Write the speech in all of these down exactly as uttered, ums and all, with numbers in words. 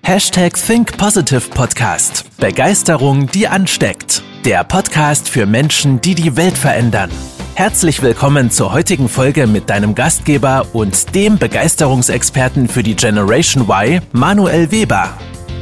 Hashtag Think Positive Podcast. Begeisterung, die ansteckt. Der Podcast für Menschen, die die Welt verändern. Herzlich willkommen zur heutigen Folge mit deinem Gastgeber und dem Begeisterungsexperten für die Generation Y, Manuel Weber.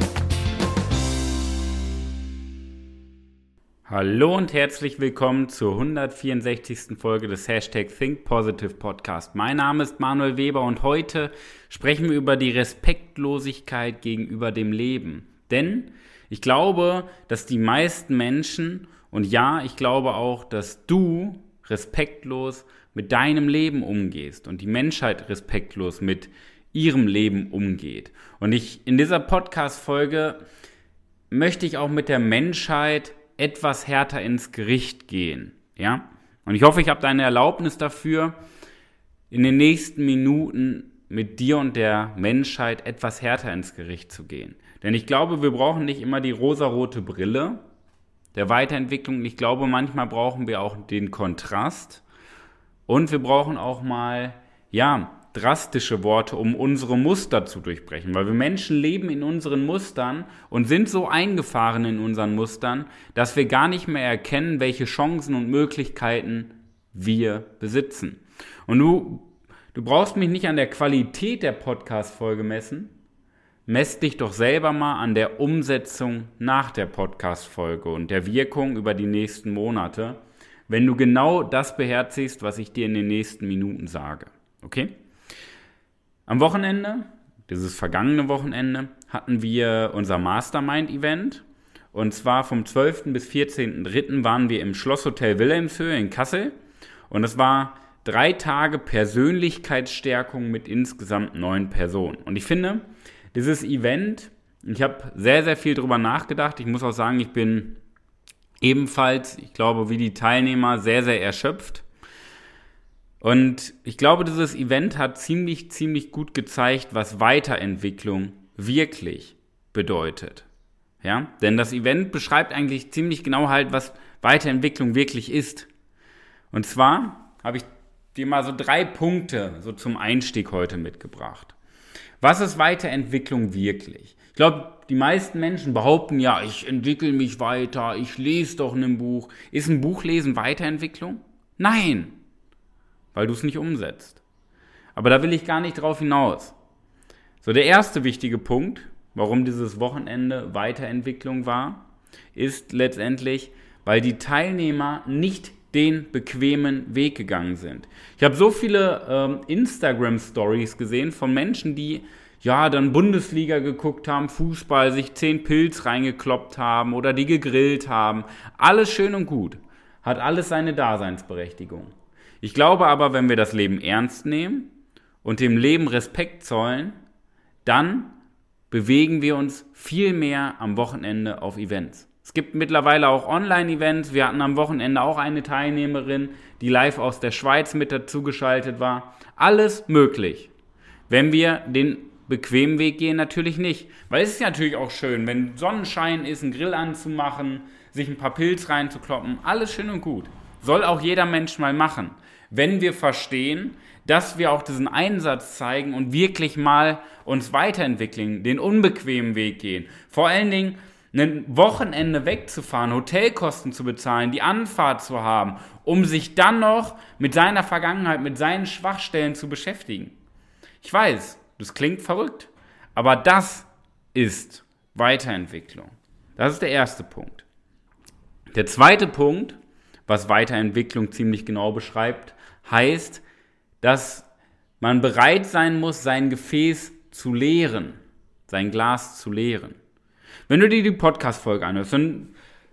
Hallo und herzlich willkommen zur hundertvierundsechzigsten Folge des Hashtag Think Positive Podcast. Mein Name ist Manuel Weber und heute sprechen wir über die Respektlosigkeit gegenüber dem Leben. Denn ich glaube, dass die meisten Menschen, und ja, ich glaube auch, dass du respektlos mit deinem Leben umgehst und die Menschheit respektlos mit ihrem Leben umgeht. Und ich in dieser Podcast-Folge möchte ich auch mit der Menschheit etwas härter ins Gericht gehen, ja? Und ich hoffe, ich habe deine Erlaubnis dafür, in den nächsten Minuten mit dir und der Menschheit etwas härter ins Gericht zu gehen. Denn ich glaube, wir brauchen nicht immer die rosarote Brille der Weiterentwicklung. Ich glaube, manchmal brauchen wir auch den Kontrast und wir brauchen auch mal, ja, drastische Worte, um unsere Muster zu durchbrechen. Weil wir Menschen leben in unseren Mustern und sind so eingefahren in unseren Mustern, dass wir gar nicht mehr erkennen, welche Chancen und Möglichkeiten wir besitzen. Und du, du brauchst mich nicht an der Qualität der Podcast-Folge messen. Mess dich doch selber mal an der Umsetzung nach der Podcast-Folge und der Wirkung über die nächsten Monate, wenn du genau das beherzigst, was ich dir in den nächsten Minuten sage. Okay? Am Wochenende, dieses vergangene Wochenende, hatten wir unser Mastermind-Event. Und zwar vom zwölften bis vierzehnten dritten waren wir im Schlosshotel Wilhelmshöhe in Kassel. Und es war drei Tage Persönlichkeitsstärkung mit insgesamt neun Personen. Und ich finde, dieses Event, ich habe sehr, sehr viel drüber nachgedacht. Ich muss auch sagen, ich bin ebenfalls, ich glaube, wie die Teilnehmer, sehr, sehr erschöpft. Und ich glaube, dieses Event hat ziemlich, ziemlich gut gezeigt, was Weiterentwicklung wirklich bedeutet. Ja? Denn das Event beschreibt eigentlich ziemlich genau halt, was Weiterentwicklung wirklich ist. Und zwar habe ich dir mal so drei Punkte so zum Einstieg heute mitgebracht. Was ist Weiterentwicklung wirklich? Ich glaube, die meisten Menschen behaupten ja, ich entwickle mich weiter, ich lese doch ein Buch. Ist ein Buchlesen Weiterentwicklung? Nein! Weil du es nicht umsetzt. Aber da will ich gar nicht drauf hinaus. So, der erste wichtige Punkt, warum dieses Wochenende Weiterentwicklung war, ist letztendlich, weil die Teilnehmer nicht den bequemen Weg gegangen sind. Ich habe so viele ähm, Instagram-Stories gesehen von Menschen, die ja dann Bundesliga geguckt haben, Fußball, sich zehn Pilz reingekloppt haben oder die gegrillt haben. Alles schön und gut. Hat alles seine Daseinsberechtigung. Ich glaube aber, wenn wir das Leben ernst nehmen und dem Leben Respekt zollen, dann bewegen wir uns viel mehr am Wochenende auf Events. Es gibt mittlerweile auch Online-Events. Wir hatten am Wochenende auch eine Teilnehmerin, die live aus der Schweiz mit dazugeschaltet war. Alles möglich. Wenn wir den bequemen Weg gehen, natürlich nicht. Weil es ist natürlich auch schön, wenn Sonnenschein ist, einen Grill anzumachen, sich ein paar Pilz reinzukloppen. Alles schön und gut. Soll auch jeder Mensch mal machen. Wenn wir verstehen, dass wir auch diesen Einsatz zeigen und wirklich mal uns weiterentwickeln, den unbequemen Weg gehen. Vor allen Dingen ein Wochenende wegzufahren, Hotelkosten zu bezahlen, die Anfahrt zu haben, um sich dann noch mit seiner Vergangenheit, mit seinen Schwachstellen zu beschäftigen. Ich weiß, das klingt verrückt, aber das ist Weiterentwicklung. Das ist der erste Punkt. Der zweite Punkt, was Weiterentwicklung ziemlich genau beschreibt, heißt, dass man bereit sein muss, sein Gefäß zu leeren, sein Glas zu leeren. Wenn du dir die Podcast-Folge anhörst, dann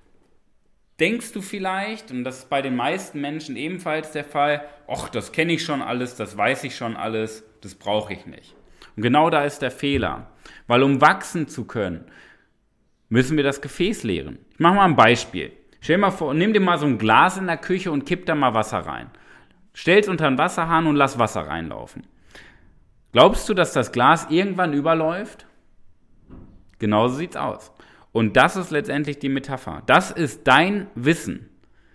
denkst du vielleicht, und das ist bei den meisten Menschen ebenfalls der Fall, ach, das kenne ich schon alles, das weiß ich schon alles, das brauche ich nicht. Und genau da ist der Fehler, weil um wachsen zu können, müssen wir das Gefäß leeren. Ich mache mal ein Beispiel. Stell dir mal vor, nimm dir mal so ein Glas in der Küche und kipp da mal Wasser rein. Stell's unter den Wasserhahn und lass Wasser reinlaufen. Glaubst du, dass das Glas irgendwann überläuft? Genauso sieht's aus. Und das ist letztendlich die Metapher. Das ist dein Wissen.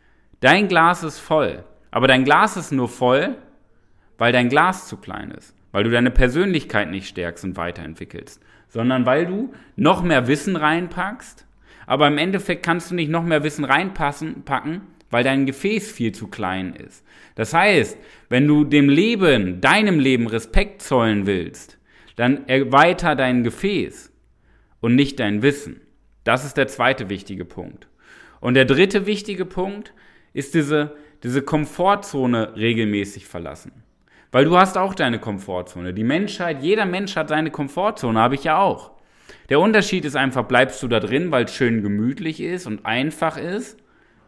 Dein Glas ist voll. Aber dein Glas ist nur voll, weil dein Glas zu klein ist. weil du deine Persönlichkeit nicht stärkst und weiterentwickelst, sondern weil du noch mehr Wissen reinpackst, aber im Endeffekt kannst du nicht noch mehr Wissen reinpacken, packen, weil dein Gefäß viel zu klein ist. Das heißt, wenn du dem Leben, deinem Leben Respekt zollen willst, dann erweiter dein Gefäß und nicht dein Wissen. Das ist der zweite wichtige Punkt. Und der dritte wichtige Punkt ist diese, diese Komfortzone regelmäßig verlassen. Weil du hast auch deine Komfortzone. Die Menschheit, jeder Mensch hat seine Komfortzone, habe ich ja auch. Der Unterschied ist einfach, bleibst du da drin, weil es schön gemütlich ist und einfach ist,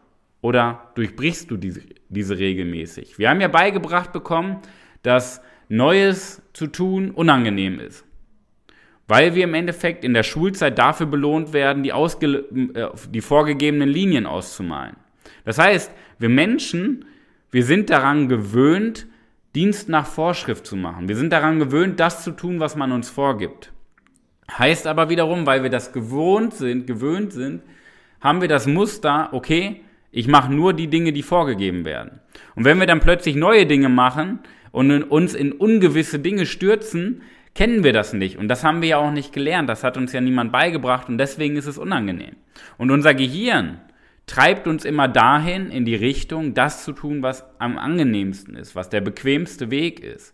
oder durchbrichst du diese, diese regelmäßig? Wir haben ja beigebracht bekommen, dass Neues zu tun unangenehm ist. Weil wir im Endeffekt in der Schulzeit dafür belohnt werden, die, ausge, äh, die vorgegebenen Linien auszumalen. Das heißt, wir Menschen, wir sind daran gewöhnt, Dienst nach Vorschrift zu machen. Wir sind daran gewöhnt, das zu tun, was man uns vorgibt. Heißt aber wiederum, weil wir das gewohnt sind, gewöhnt sind, haben wir das Muster, okay, ich mache nur die Dinge, die vorgegeben werden. Und wenn wir dann plötzlich neue Dinge machen und uns in ungewisse Dinge stürzen, kennen wir das nicht. Und das haben wir ja auch nicht gelernt. Das hat uns ja niemand beigebracht und deswegen ist es unangenehm. Und unser Gehirn treibt uns immer dahin, in die Richtung, das zu tun, was am angenehmsten ist, was der bequemste Weg ist.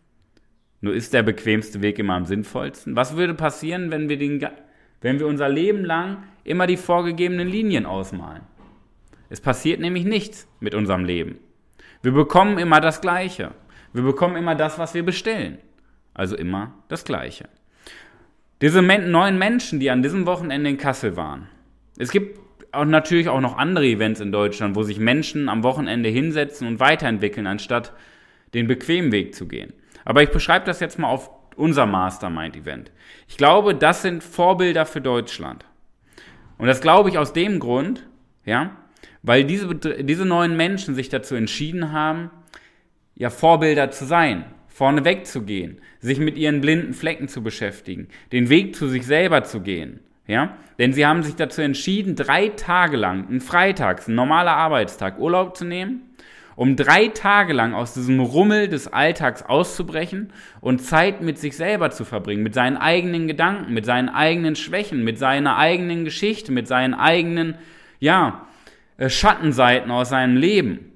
Nur ist der bequemste Weg immer am sinnvollsten? Was würde passieren, wenn wir, den, wenn wir unser Leben lang immer die vorgegebenen Linien ausmalen? Es passiert nämlich nichts mit unserem Leben. Wir bekommen immer das Gleiche. Wir bekommen immer das, was wir bestellen. Also immer das Gleiche. Diese neuen Menschen, die an diesem Wochenende in Kassel waren. Es gibt auch natürlich auch noch andere Events in Deutschland, wo sich Menschen am Wochenende hinsetzen und weiterentwickeln, anstatt den bequemen Weg zu gehen. Aber ich beschreibe das jetzt mal auf unser Mastermind-Event. Ich glaube, das sind Vorbilder für Deutschland. Und das glaube ich aus dem Grund, ja, weil diese, diese neuen Menschen sich dazu entschieden haben, ja, Vorbilder zu sein, vorne wegzugehen, sich mit ihren blinden Flecken zu beschäftigen, den Weg zu sich selber zu gehen, ja, denn sie haben sich dazu entschieden, drei Tage lang, ein Freitags, ein normaler Arbeitstag, Urlaub zu nehmen, um drei Tage lang aus diesem Rummel des Alltags auszubrechen und Zeit mit sich selber zu verbringen, mit seinen eigenen Gedanken, mit seinen eigenen Schwächen, mit seiner eigenen Geschichte, mit seinen eigenen, ja, Schattenseiten aus seinem Leben.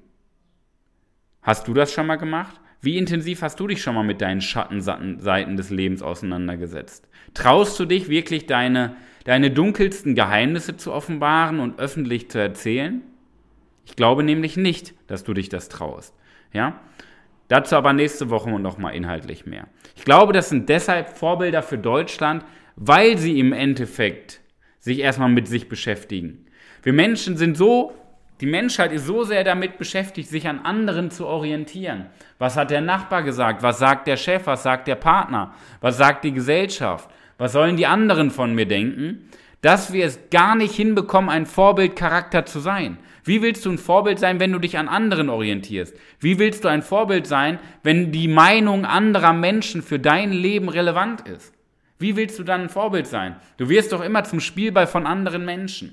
Hast du das schon mal gemacht? Wie intensiv hast du dich schon mal mit deinen Schattenseiten des Lebens auseinandergesetzt? Traust du dich wirklich, deine, deine dunkelsten Geheimnisse zu offenbaren und öffentlich zu erzählen? Ich glaube nämlich nicht, dass du dich das traust. Ja? Dazu aber nächste Woche noch mal inhaltlich mehr. Ich glaube, das sind deshalb Vorbilder für Deutschland, weil sie im Endeffekt sich erstmal mit sich beschäftigen. Wir Menschen sind so, die Menschheit ist so sehr damit beschäftigt, sich an anderen zu orientieren. Was hat der Nachbar gesagt? Was sagt der Chef? Was sagt der Partner? Was sagt die Gesellschaft? Was sollen die anderen von mir denken? Dass wir es gar nicht hinbekommen, ein Vorbildcharakter zu sein. Wie willst du ein Vorbild sein, wenn du dich an anderen orientierst? Wie willst du ein Vorbild sein, wenn die Meinung anderer Menschen für dein Leben relevant ist? Wie willst du dann ein Vorbild sein? Du wirst doch immer zum Spielball von anderen Menschen.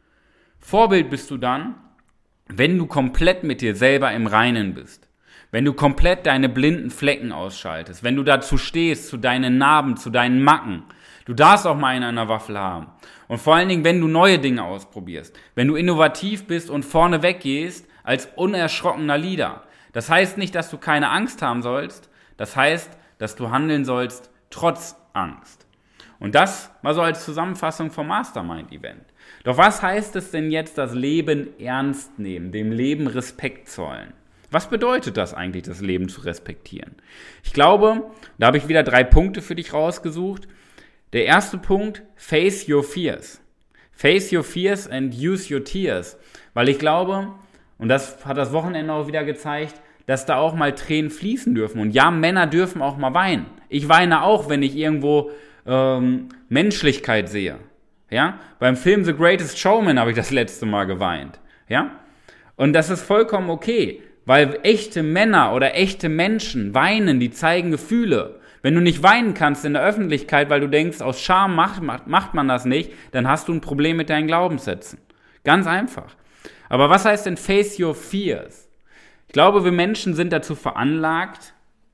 Vorbild bist du dann, wenn du komplett mit dir selber im Reinen bist. Wenn du komplett deine blinden Flecken ausschaltest. Wenn du dazu stehst, zu deinen Narben, zu deinen Macken. Du darfst auch mal einen an der Waffel haben. Und vor allen Dingen, wenn du neue Dinge ausprobierst. Wenn du innovativ bist und vorne weggehst als unerschrockener Leader. Das heißt nicht, dass du keine Angst haben sollst. Das heißt, dass du handeln sollst trotz Angst. Und das mal so als Zusammenfassung vom Mastermind-Event. Doch was heißt es denn jetzt, das Leben ernst nehmen, dem Leben Respekt zollen? Was bedeutet das eigentlich, das Leben zu respektieren? Ich glaube, da habe ich wieder drei Punkte für dich rausgesucht. Der erste Punkt, face your fears. Face your fears and use your tears. Weil ich glaube, und das hat das Wochenende auch wieder gezeigt, dass da auch mal Tränen fließen dürfen. Und ja, Männer dürfen auch mal weinen. Ich weine auch, wenn ich irgendwo ähm, Menschlichkeit sehe. Ja? Beim Film The Greatest Showman habe ich das letzte Mal geweint. Ja? Und das ist vollkommen okay, weil echte Männer oder echte Menschen weinen, die zeigen Gefühle. Wenn du nicht weinen kannst in der Öffentlichkeit, weil du denkst, aus Scham macht, macht man das nicht, dann hast du ein Problem mit deinen Glaubenssätzen. Ganz einfach. Aber was heißt denn face your fears? Ich glaube, wir Menschen sind dazu veranlagt, auch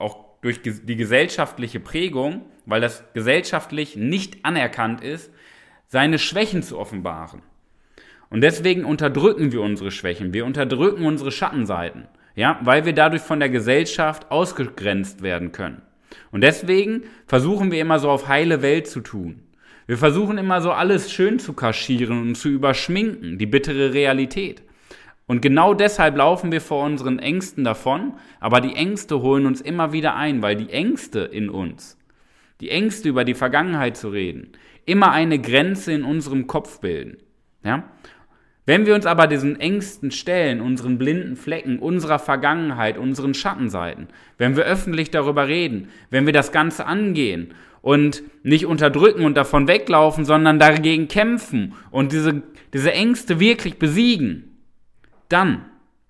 durch die gesellschaftliche Prägung, weil das gesellschaftlich nicht anerkannt ist, seine Schwächen zu offenbaren. Und deswegen unterdrücken wir unsere Schwächen, wir unterdrücken unsere Schattenseiten, ja, weil wir dadurch von der Gesellschaft ausgegrenzt werden können. Und deswegen versuchen wir immer so auf heile Welt zu tun. Wir versuchen immer so alles schön zu kaschieren und zu überschminken, die bittere Realität. Und genau deshalb laufen wir vor unseren Ängsten davon, aber die Ängste holen uns immer wieder ein, weil die Ängste in uns, die Ängste über die Vergangenheit zu reden, immer eine Grenze in unserem Kopf bilden. Ja? Wenn wir uns aber diesen Ängsten stellen, unseren blinden Flecken, unserer Vergangenheit, unseren Schattenseiten, wenn wir öffentlich darüber reden, wenn wir das Ganze angehen und nicht unterdrücken und davon weglaufen, sondern dagegen kämpfen und diese, diese Ängste wirklich besiegen, dann,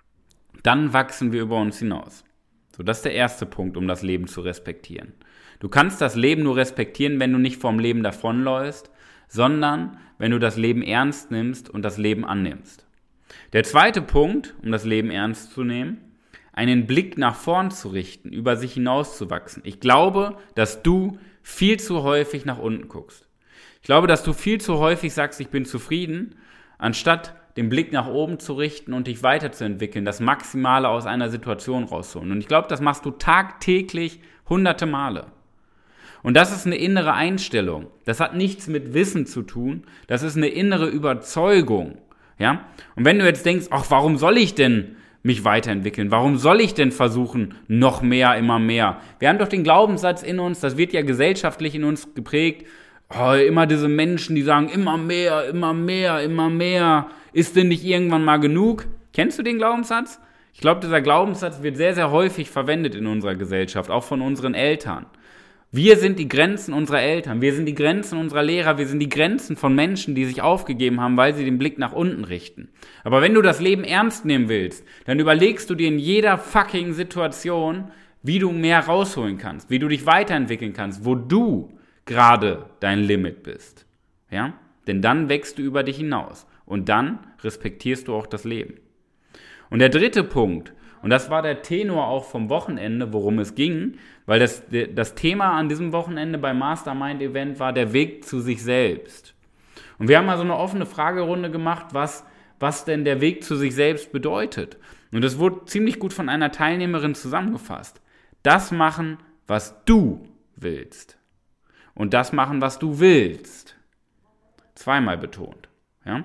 dann wachsen wir über uns hinaus. So, das ist der erste Punkt, um das Leben zu respektieren. Du kannst das Leben nur respektieren, wenn du nicht vom Leben davonläufst, sondern wenn du das Leben ernst nimmst und das Leben annimmst. Der zweite Punkt, um das Leben ernst zu nehmen, einen Blick nach vorn zu richten, über sich hinauszuwachsen. Ich glaube, dass du viel zu häufig nach unten guckst. Ich glaube, dass du viel zu häufig sagst, ich bin zufrieden, anstatt den Blick nach oben zu richten und dich weiterzuentwickeln, das Maximale aus einer Situation rauszuholen. Und ich glaube, das machst du tagtäglich hunderte Male. Und das ist eine innere Einstellung. Das hat nichts mit Wissen zu tun. Das ist eine innere Überzeugung. Ja? Und wenn du jetzt denkst, ach, warum soll ich denn mich weiterentwickeln? Warum soll ich denn versuchen, noch mehr, immer mehr? Wir haben doch den Glaubenssatz in uns, das wird ja gesellschaftlich in uns geprägt, oh, immer diese Menschen, die sagen, immer mehr, immer mehr, immer mehr. Ist denn nicht irgendwann mal genug? Kennst du den Glaubenssatz? Ich glaube, dieser Glaubenssatz wird sehr, sehr häufig verwendet in unserer Gesellschaft, auch von unseren Eltern. Wir sind die Grenzen unserer Eltern, wir sind die Grenzen unserer Lehrer, wir sind die Grenzen von Menschen, die sich aufgegeben haben, weil sie den Blick nach unten richten. Aber wenn du das Leben ernst nehmen willst, dann überlegst du dir in jeder fucking Situation, wie du mehr rausholen kannst, wie du dich weiterentwickeln kannst, wo du gerade dein Limit bist. Ja? Denn dann wächst du über dich hinaus und dann respektierst du auch das Leben. Und der dritte Punkt, und das war der Tenor auch vom Wochenende, worum es ging, weil das, das Thema an diesem Wochenende beim Mastermind-Event war der Weg zu sich selbst. Und wir haben mal so eine offene Fragerunde gemacht, was, was denn der Weg zu sich selbst bedeutet. Und das wurde ziemlich gut von einer Teilnehmerin zusammengefasst. Das machen, was du willst. Und das machen, was du willst. Zweimal betont. Ja?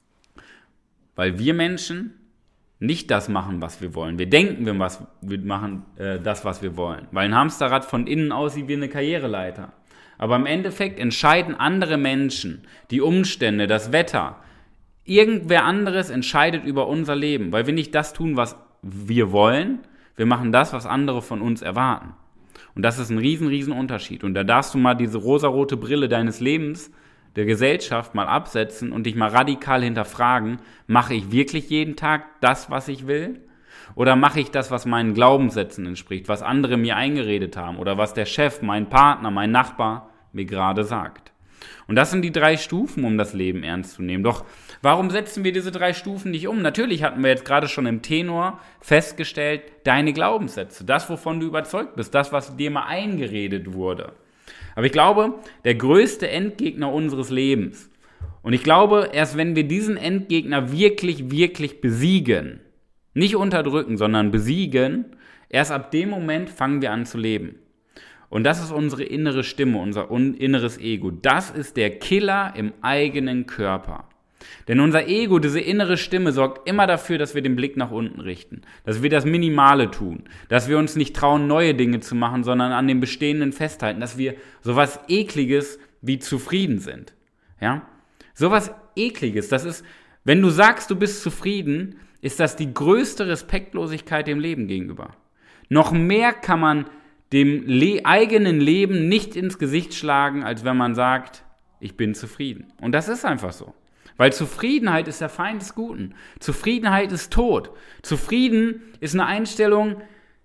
Weil wir Menschen nicht das machen, was wir wollen. Wir denken, wir, was, wir machen äh, das, was wir wollen. Weil ein Hamsterrad von innen aussieht wie eine Karriereleiter. Aber im Endeffekt entscheiden andere Menschen, die Umstände, das Wetter. Irgendwer anderes entscheidet über unser Leben, weil wir nicht das tun, was wir wollen. Wir machen das, was andere von uns erwarten. Und das ist ein riesen, riesen Unterschied. Und da darfst du mal diese rosarote Brille deines Lebens, der Gesellschaft mal absetzen und dich mal radikal hinterfragen, mache ich wirklich jeden Tag das, was ich will? Oder mache ich das, was meinen Glaubenssätzen entspricht, was andere mir eingeredet haben oder was der Chef, mein Partner, mein Nachbar mir gerade sagt? Und das sind die drei Stufen, um das Leben ernst zu nehmen. Doch warum setzen wir diese drei Stufen nicht um? Natürlich hatten wir jetzt gerade schon im Tenor festgestellt, deine Glaubenssätze, das, wovon du überzeugt bist, das, was dir mal eingeredet wurde. Aber ich glaube, der größte Endgegner unseres Lebens, und ich glaube, erst wenn wir diesen Endgegner wirklich, wirklich besiegen, nicht unterdrücken, sondern besiegen, erst ab dem Moment fangen wir an zu leben. Und das ist unsere innere Stimme, unser inneres Ego. Das ist der Killer im eigenen Körper. Denn unser Ego, diese innere Stimme, sorgt immer dafür, dass wir den Blick nach unten richten, dass wir das Minimale tun, dass wir uns nicht trauen, neue Dinge zu machen, sondern an dem Bestehenden festhalten, dass wir sowas Ekliges wie zufrieden sind. Ja? Sowas Ekliges, das ist, wenn du sagst, du bist zufrieden, ist das die größte Respektlosigkeit dem Leben gegenüber. Noch mehr kann man dem le- eigenen Leben nicht ins Gesicht schlagen, als wenn man sagt, ich bin zufrieden. Und das ist einfach so. Weil Zufriedenheit ist der Feind des Guten. Zufriedenheit ist Tod. Zufrieden ist eine Einstellung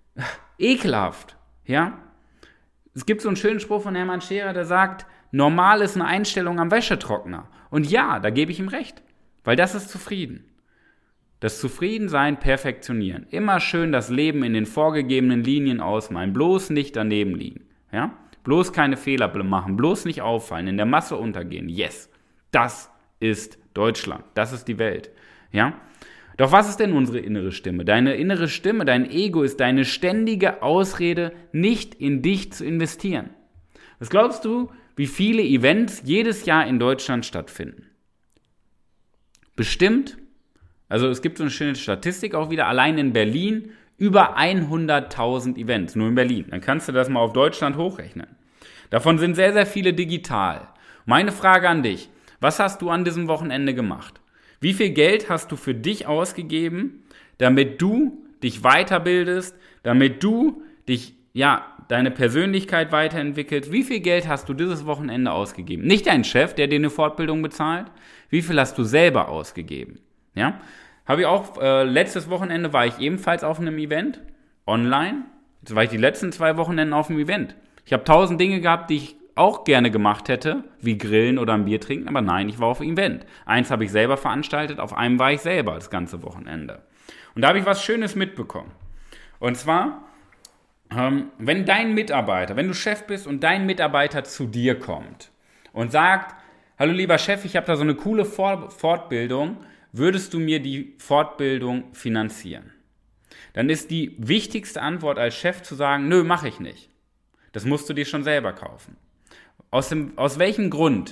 ekelhaft. Ja? Es gibt so einen schönen Spruch von Hermann Scherer, der sagt, normal ist eine Einstellung am Wäschetrockner. Und ja, da gebe ich ihm recht. Weil das ist zufrieden. Das Zufriedensein perfektionieren. Immer schön das Leben in den vorgegebenen Linien ausmalen. Bloß nicht daneben liegen. Ja? Bloß keine Fehler machen. Bloß nicht auffallen. In der Masse untergehen. Yes. Das ist Deutschland. Das ist die Welt. Ja? Doch was ist denn unsere innere Stimme? Deine innere Stimme, dein Ego ist deine ständige Ausrede, nicht in dich zu investieren. Was glaubst du, wie viele Events jedes Jahr in Deutschland stattfinden? Bestimmt. Also es gibt so eine schöne Statistik auch wieder, allein in Berlin über hunderttausend Events, nur in Berlin. Dann kannst du das mal auf Deutschland hochrechnen. Davon sind sehr, sehr viele digital. Meine Frage an dich, was hast du an diesem Wochenende gemacht? Wie viel Geld hast du für dich ausgegeben, damit du dich weiterbildest, damit du dich, ja, deine Persönlichkeit weiterentwickelst? Wie viel Geld hast du dieses Wochenende ausgegeben? Nicht dein Chef, der dir eine Fortbildung bezahlt. Wie viel hast du selber ausgegeben? Ja, habe ich auch, äh, letztes Wochenende war ich ebenfalls auf einem Event, online. Jetzt war ich die letzten zwei Wochenenden auf einem Event. Ich habe tausend Dinge gehabt, die ich auch gerne gemacht hätte, wie Grillen oder ein Bier trinken, aber nein, ich war auf einem Event. Eins habe ich selber veranstaltet, auf einem war ich selber das ganze Wochenende. Und da habe ich was Schönes mitbekommen. Und zwar, ähm, wenn dein Mitarbeiter, wenn du Chef bist und dein Mitarbeiter zu dir kommt und sagt, hallo lieber Chef, ich habe da so eine coole Fortbildung, würdest du mir die Fortbildung finanzieren? Dann ist die wichtigste Antwort als Chef zu sagen, nö, mache ich nicht. Das musst du dir schon selber kaufen. Aus, dem, aus welchem Grund?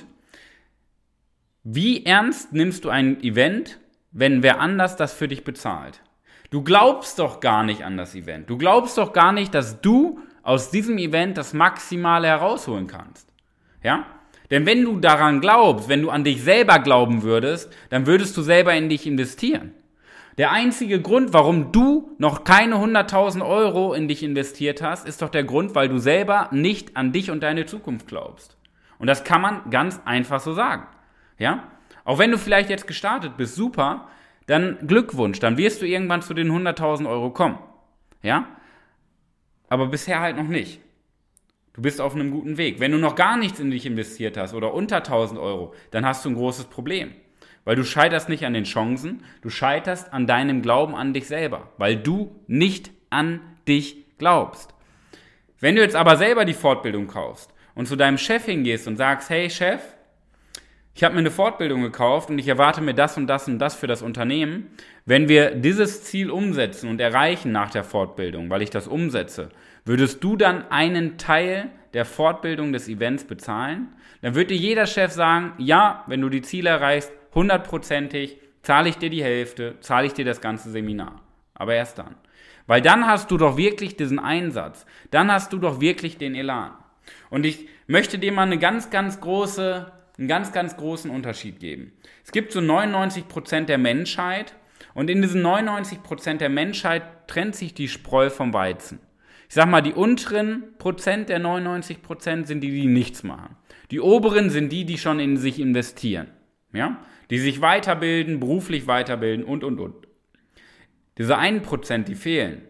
Wie ernst nimmst du ein Event, wenn wer anders das für dich bezahlt? Du glaubst doch gar nicht an das Event. Du glaubst doch gar nicht, dass du aus diesem Event das Maximale herausholen kannst. Ja? Denn wenn du daran glaubst, wenn du an dich selber glauben würdest, dann würdest du selber in dich investieren. Der einzige Grund, warum du noch keine hunderttausend Euro in dich investiert hast, ist doch der Grund, weil du selber nicht an dich und deine Zukunft glaubst. Und das kann man ganz einfach so sagen. Ja? Auch wenn du vielleicht jetzt gestartet bist, super, dann Glückwunsch, dann wirst du irgendwann zu den hunderttausend Euro kommen. Ja? Aber bisher halt noch nicht. Du bist auf einem guten Weg. Wenn du noch gar nichts in dich investiert hast oder unter tausend Euro, dann hast du ein großes Problem. Weil du scheiterst nicht an den Chancen, du scheiterst an deinem Glauben an dich selber. Weil du nicht an dich glaubst. Wenn du jetzt aber selber die Fortbildung kaufst und zu deinem Chef hingehst und sagst, hey Chef, ich habe mir eine Fortbildung gekauft und ich erwarte mir das und das und das für das Unternehmen. Wenn wir dieses Ziel umsetzen und erreichen nach der Fortbildung, weil ich das umsetze, würdest du dann einen Teil der Fortbildung des Events bezahlen? Dann würde dir jeder Chef sagen, ja, wenn du die Ziele erreichst, hundertprozentig, zahle ich dir die Hälfte, zahle ich dir das ganze Seminar. Aber erst dann. Weil dann hast du doch wirklich diesen Einsatz. Dann hast du doch wirklich den Elan. Und ich möchte dir mal eine ganz, ganz große, einen ganz, ganz großen Unterschied geben. Es gibt so neunundneunzig Prozent der Menschheit und in diesen neunundneunzig Prozent der Menschheit trennt sich die Spreu vom Weizen. Ich sag mal, die unteren Prozent der neunundneunzig Prozent sind die, die nichts machen. Die oberen sind die, die schon in sich investieren. Ja? Die sich weiterbilden, beruflich weiterbilden und, und, und. Diese ein Prozent, die fehlen,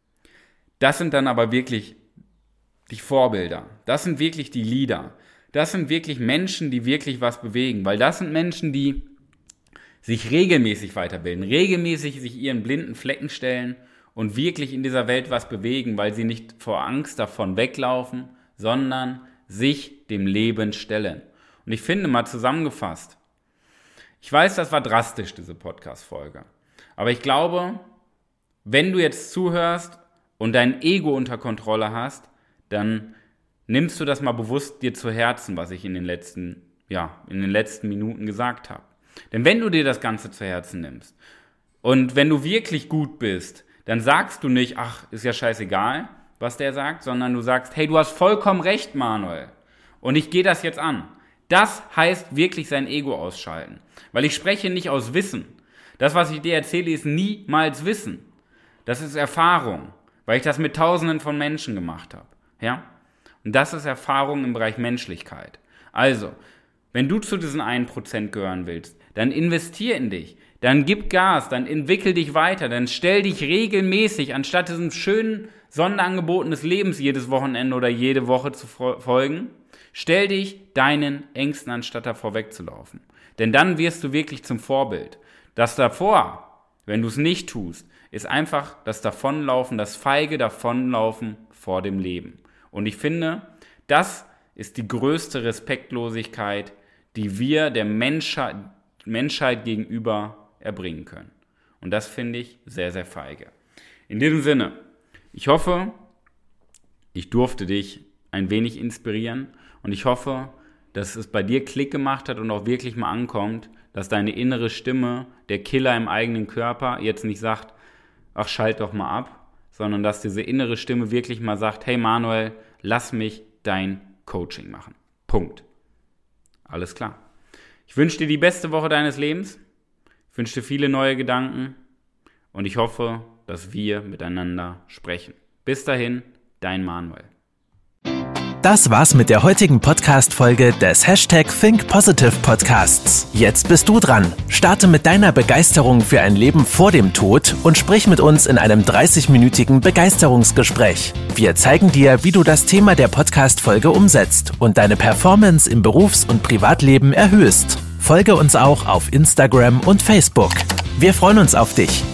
das sind dann aber wirklich die Vorbilder. Das sind wirklich die Leader. Das sind wirklich Menschen, die wirklich was bewegen. Weil das sind Menschen, die sich regelmäßig weiterbilden, regelmäßig sich ihren blinden Flecken stellen und wirklich in dieser Welt was bewegen, weil sie nicht vor Angst davon weglaufen, sondern sich dem Leben stellen. Und ich finde mal zusammengefasst, ich weiß, das war drastisch, diese Podcast-Folge, aber ich glaube, wenn du jetzt zuhörst und dein Ego unter Kontrolle hast, dann nimmst du das mal bewusst dir zu Herzen, was ich in den letzten, ja, in den letzten Minuten gesagt habe. Denn wenn du dir das Ganze zu Herzen nimmst und wenn du wirklich gut bist, dann sagst du nicht, ach, ist ja scheißegal, was der sagt, sondern du sagst, hey, du hast vollkommen recht, Manuel. Und ich gehe das jetzt an. Das heißt wirklich sein Ego ausschalten. Weil ich spreche nicht aus Wissen. Das, was ich dir erzähle, ist niemals Wissen. Das ist Erfahrung, weil ich das mit Tausenden von Menschen gemacht habe. Ja? Und das ist Erfahrung im Bereich Menschlichkeit. Also, wenn du zu diesen ein Prozent gehören willst, dann investier in dich. Dann gib Gas, dann entwickel dich weiter, dann stell dich regelmäßig, anstatt diesem schönen Sonderangeboten des Lebens jedes Wochenende oder jede Woche zu folgen, stell dich deinen Ängsten, anstatt davor wegzulaufen. Denn dann wirst du wirklich zum Vorbild. Das davor, wenn du es nicht tust, ist einfach das Davonlaufen, das feige Davonlaufen vor dem Leben. Und ich finde, das ist die größte Respektlosigkeit, die wir der Menschheit, Menschheit gegenüber erbringen können. Und das finde ich sehr, sehr feige. In diesem Sinne, ich hoffe, ich durfte dich ein wenig inspirieren und ich hoffe, dass es bei dir Klick gemacht hat und auch wirklich mal ankommt, dass deine innere Stimme, der Killer im eigenen Körper, jetzt nicht sagt, ach, schalt doch mal ab, sondern dass diese innere Stimme wirklich mal sagt, hey Manuel, lass mich dein Coaching machen. Punkt. Alles klar. Ich wünsche dir die beste Woche deines Lebens. Ich wünsche dir viele neue Gedanken und ich hoffe, dass wir miteinander sprechen. Bis dahin, dein Manuel. Das war's mit der heutigen Podcast-Folge des Hashtag Think Positive Podcasts. Jetzt bist du dran. Starte mit deiner Begeisterung für ein Leben vor dem Tod und sprich mit uns in einem dreißig-minütigen Begeisterungsgespräch. Wir zeigen dir, wie du das Thema der Podcast-Folge umsetzt und deine Performance im Berufs- und Privatleben erhöhst. Folge uns auch auf Instagram und Facebook. Wir freuen uns auf dich.